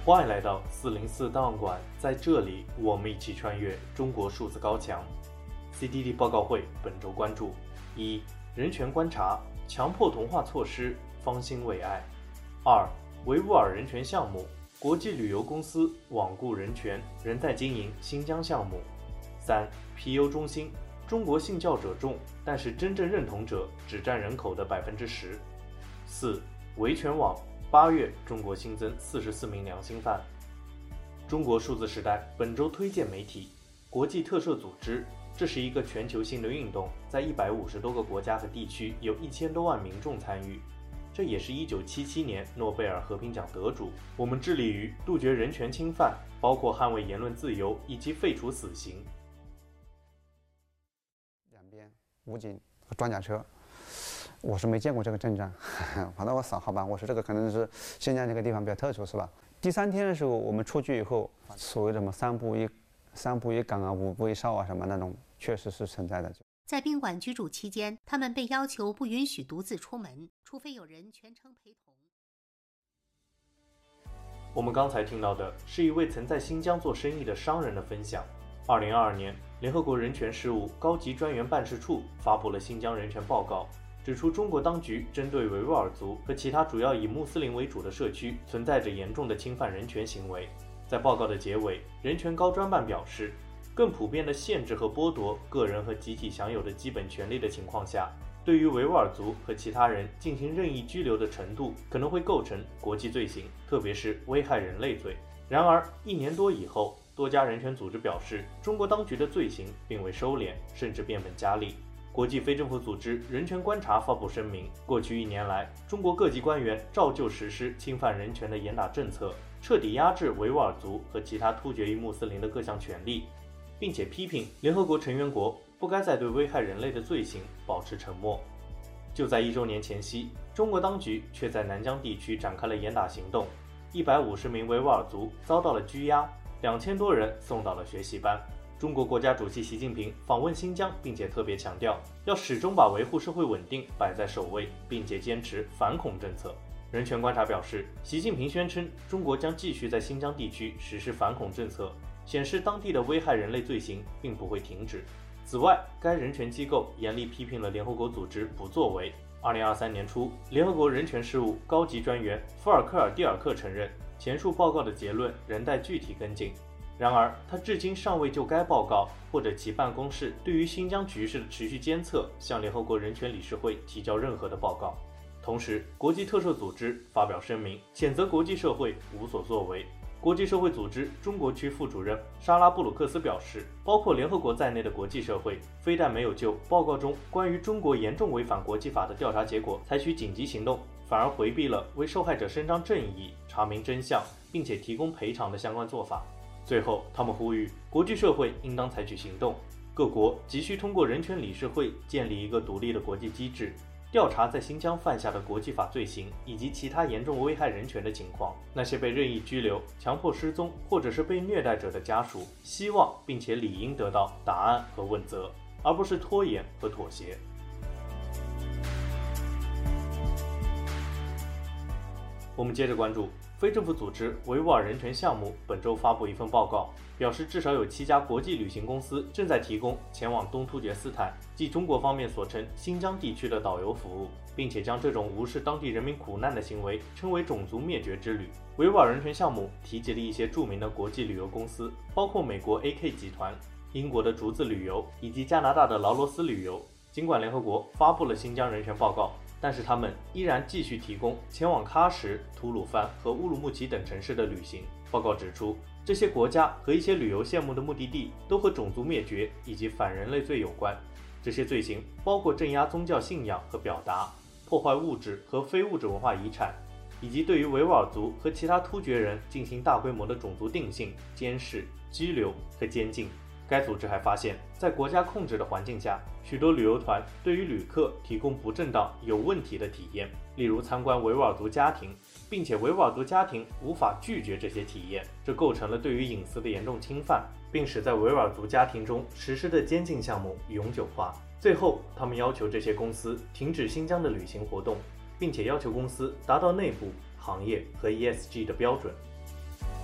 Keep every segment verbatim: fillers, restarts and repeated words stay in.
欢迎来到四零四档案馆，在这里，我们一起穿越中国数字高墙。C D D 报告会本周关注：一、人权观察，强迫同化措施，方兴未艾；二、维吾尔人权项目，国际旅游公司罔顾人权，仍在经营新疆项目；三、P U 中心，中国信教者众，但是真正认同者只占人口的百分之十；四、维权网。八月，中国新增四十四名良心犯。中国数字时代本周推荐媒体：国际特赦组织。这是一个全球性的运动，在一百五十多个国家和地区，有一千多万民众参与。这也是一九七七年诺贝尔和平奖得主。我们致力于杜绝人权侵犯，包括捍卫言论自由以及废除死刑。 两边武警和装甲车。我是没见过这个阵仗，反正我扫好吧。我说这个可能是新疆这个地方比较特殊，是吧？第三天的时候，我们出去以后，所谓的什么三步一三步一岗啊，五步一哨啊，什么那种，确实是存在的。 在宾馆居住期间，他们被要求不允许独自出门，除非有人全程陪同。 我们刚才听到的是一位曾在新疆做生意的商人的分享。二零二二年，联合国人权事务高级专员办事处发布了新疆人权报告。指出，中国当局针对维吾尔族和其他主要以穆斯林为主的社区存在着严重的侵犯人权行为。在报告的结尾，人权高专办表示，更普遍的限制和剥夺个人和集体享有的基本权利的情况下，对于维吾尔族和其他人进行任意拘留的程度可能会构成国际罪行，特别是危害人类罪。然而，一年多以后，多家人权组织表示，中国当局的罪行并未收敛，甚至变本加厉。国际非政府组织人权观察发布声明，过去一年来，中国各级官员照旧实施侵犯人权的严打政策，彻底压制维吾尔族和其他突厥裔穆斯林的各项权利，并且批评联合国成员国不该再对危害人类的罪行保持沉默。就在一周年前夕，中国当局却在南疆地区展开了严打行动，一百五十名维吾尔族遭到了拘押，两千多人送到了学习班。中国国家主席习近平访问新疆，并且特别强调，要始终把维护社会稳定摆在首位，并且坚持反恐政策。人权观察表示，习近平宣称，中国将继续在新疆地区实施反恐政策，显示当地的危害人类罪行并不会停止。此外，该人权机构严厉批评了联合国组织不作为。二零二三年初，联合国人权事务高级专员福尔克尔蒂尔克承认，前述报告的结论仍待具体跟进。然而，他至今尚未就该报告或者其办公室对于新疆局势的持续监测向联合国人权理事会提交任何的报告。同时，国际特赦组织发表声明，谴责国际社会无所作为。国际社会组织中国区副主任莎拉布鲁克斯表示，包括联合国在内的国际社会非但没有就报告中关于中国严重违反国际法的调查结果采取紧急行动，反而回避了为受害者伸张正义、查明真相，并且提供赔偿的相关做法。最后，他们呼吁国际社会应当采取行动，各国急需通过人权理事会建立一个独立的国际机制，调查在新疆犯下的国际法罪行以及其他严重危害人权的情况。那些被任意拘留、强迫失踪或者是被虐待者的家属，希望并且理应得到答案和问责，而不是拖延和妥协。我们接着关注。非政府组织维吾尔人权项目本周发布一份报告，表示至少有七家国际旅行公司正在提供前往东突厥斯坦，即中国方面所称新疆地区的导游服务，并且将这种无视当地人民苦难的行为称为种族灭绝之旅。维吾尔人权项目提及了一些著名的国际旅游公司，包括美国 A K 集团、英国的竹子旅游以及加拿大的劳罗斯旅游。尽管联合国发布了新疆人权报告，但是他们依然继续提供前往喀什、吐鲁番和乌鲁木齐等城市的旅行。报告指出，这些国家和一些旅游项目的目的地都和种族灭绝以及反人类罪有关。这些罪行包括镇压宗教信仰和表达、破坏物质和非物质文化遗产，以及对于维吾尔族和其他突厥人进行大规模的种族定性、监视、拘留和监禁。该组织还发现，在国家控制的环境下，许多旅游团对于旅客提供不正当、有问题的体验，例如参观维吾尔族家庭，并且维吾尔族家庭无法拒绝这些体验，这构成了对于隐私的严重侵犯，并使在维吾尔族家庭中实施的监禁项目永久化。最后，他们要求这些公司停止新疆的旅行活动，并且要求公司达到内部、行业和 E S G 的标准。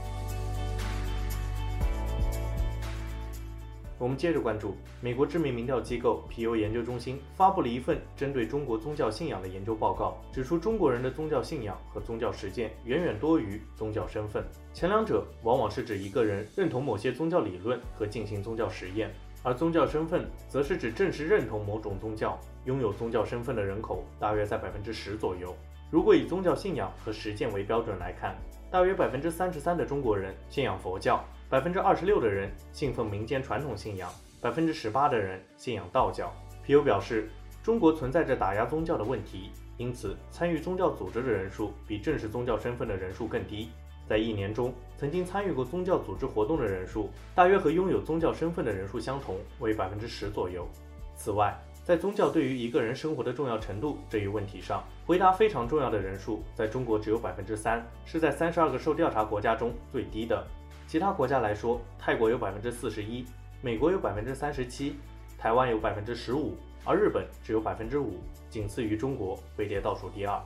我们接着关注美国知名民调机构皮尤研究中心发布了一份针对中国宗教信仰的研究报告，指出中国人的宗教信仰和宗教实践远远多于宗教身份。前两者往往是指一个人认同某些宗教理论和进行宗教实验，而宗教身份则是指正式认同某种宗教、拥有宗教身份的人口大约在百分之十左右。如果以宗教信仰和实践为标准来看，大约百分之三十三的中国人信仰佛教，百分之二十六的人信奉民间传统信仰，百分之十八的人信仰道教。皮尤表示，中国存在着打压宗教的问题，因此参与宗教组织的人数比正式宗教身份的人数更低。在一年中，曾经参与过宗教组织活动的人数大约和拥有宗教身份的人数相同，为百分之十左右。此外，在宗教对于一个人生活的重要程度这一问题上，回答非常重要的人数在中国只有百分之三，是在三十二个受调查国家中最低的。其他国家来说，泰国有百分之四十一，美国有百分之三十七，台湾有百分之十五，而日本只有百分之五，仅次于中国，位列倒数第二。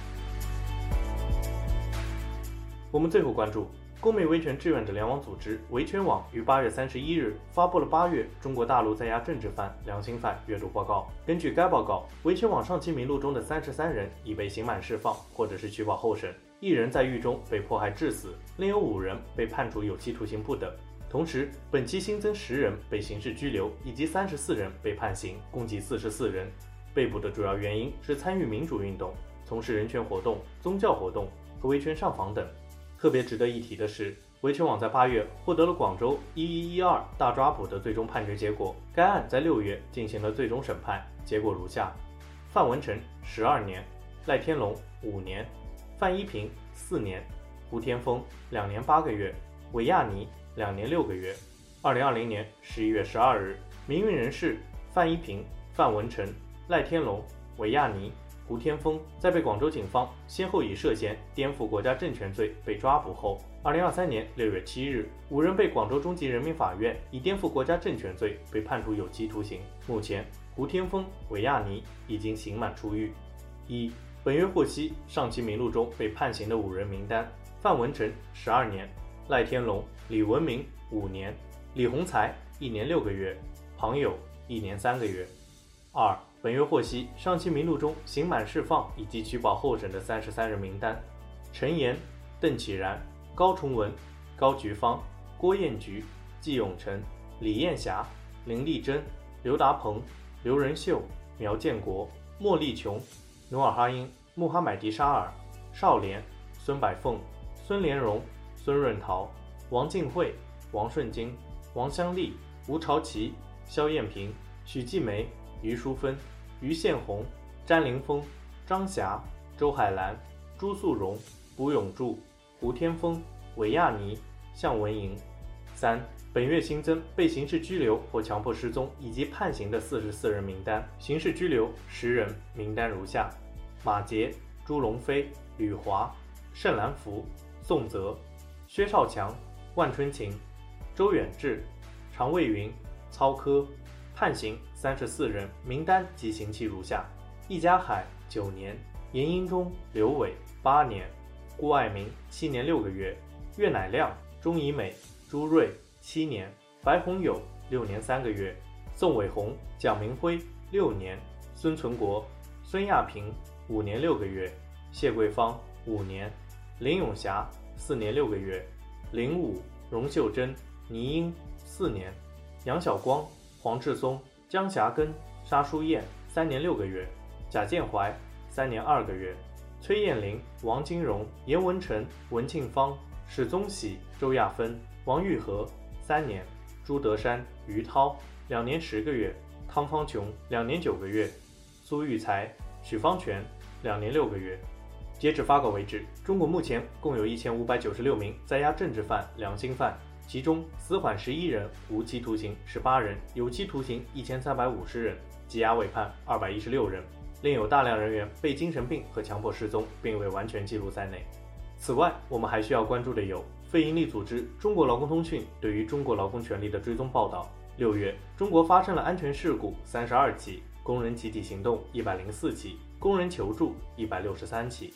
我们最后关注公民维权志愿者联网组织维权网于八月三十一日发布了八月中国大陆在押政治犯、良心犯阅读报告。根据该报告，维权网上期名录中的三十三人已被刑满释放，或者是取保候审，一人在狱中被迫害致死，另有五人被判处有期徒刑不等。同时，本期新增十人被刑事拘留，以及三十四人被判刑，共计四十四人。被捕的主要原因是参与民主运动、从事人权活动、宗教活动和维权上访等。特别值得一提的是，维权网在八月获得了广州一一一二大抓捕的最终判决结果。该案在六月进行了最终审判，结果如下：范文成十二年，赖天龙五年，范一平四年，胡天峰两年八个月，韦亚尼两年六个月。二零二零年十一月十二日，民运人士范一平、范文成、赖天龙、韦亚尼、胡天峰在被广州警方先后以涉嫌颠覆国家政权罪被抓捕后，二零二三年六月七日，五人被广州中级人民法院以颠覆国家政权罪被判处有期徒刑。目前，胡天峰、韦亚尼已经刑满出狱。一、本月获悉上期名录中被判刑的五人名单：范文成十二年，赖天龙、李文明五年，李洪才一年六个月，庞友一年三个月。二、本月获悉上期名录中刑满释放以及取保候审的三十三人名单：陈岩、邓启然、高崇文、高菊芳、郭艳菊、季永成、李艳霞、林丽珍、刘达鹏、刘仁秀、苗建国、莫丽琼、努尔哈因、穆哈买迪沙尔、邵濂、孙百凤、孙连荣、孙润桃、王静慧、王顺金、王香丽、吴朝奇、肖艳平、许继梅、于淑芬、于宪红、詹凌峰、张霞、周海兰、朱素荣、卜永柱、胡天峰、韦亚尼、向文莹。三、本月新增被刑事拘留或强迫失踪以及判刑的四十四人名单。刑事拘留十人，名单如下：马杰、朱龙飞、吕华、盛兰福、宋泽、薛少强、万春晴、周远志、常卫云、操科。判刑三十四人，名单及刑期如下：易家海九年，严英忠、刘伟八年，顾爱民七年六个月，岳乃亮、钟怡美、朱瑞七年，白宏友六年三个月，宋伟红、蒋明辉六年，孙存国、孙亚平五年六个月，谢桂芳五年，林永霞四年六个月，林武、荣秀珍、倪英四年，杨晓光、黄志松、江霞根、沙书燕三年六个月，贾建怀三年二个月，崔艳玲、王金荣、严文成、文庆芳、史宗喜、周亚芬、王玉和三年，朱德山、于涛两年十个月，汤方琼两年九个月，苏玉才、许方全两年六个月。截止发稿为止，中国目前共有一千五百九十六名在押政治犯、良心犯，其中死缓十一人，无期徒刑十八人，有期徒刑一千三百五十人，羁押未判二百一十六人，另有大量人员被精神病和强迫失踪，并未完全记录在内。此外，我们还需要关注的有非营利组织中国劳工通讯对于中国劳工权利的追踪报道。六月，中国发生了安全事故三十二起，工人集体行动一百零四起，工人求助一百六十三起。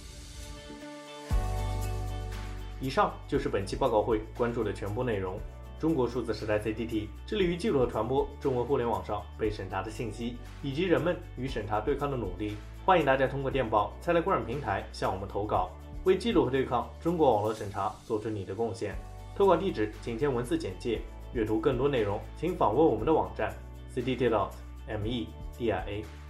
以上就是本期报告会关注的全部内容。 中国数字时代 C D T 致力于记录和传播中文互联网上被审查的信息，以及人们与审查对抗的努力。欢迎大家通过电报、菜来观染平台向我们投稿，为记录和对抗中国网络审查做出你的贡献。投稿地址请见文字简介。阅读更多内容，请访问我们的网站 c d t dot m e d i a。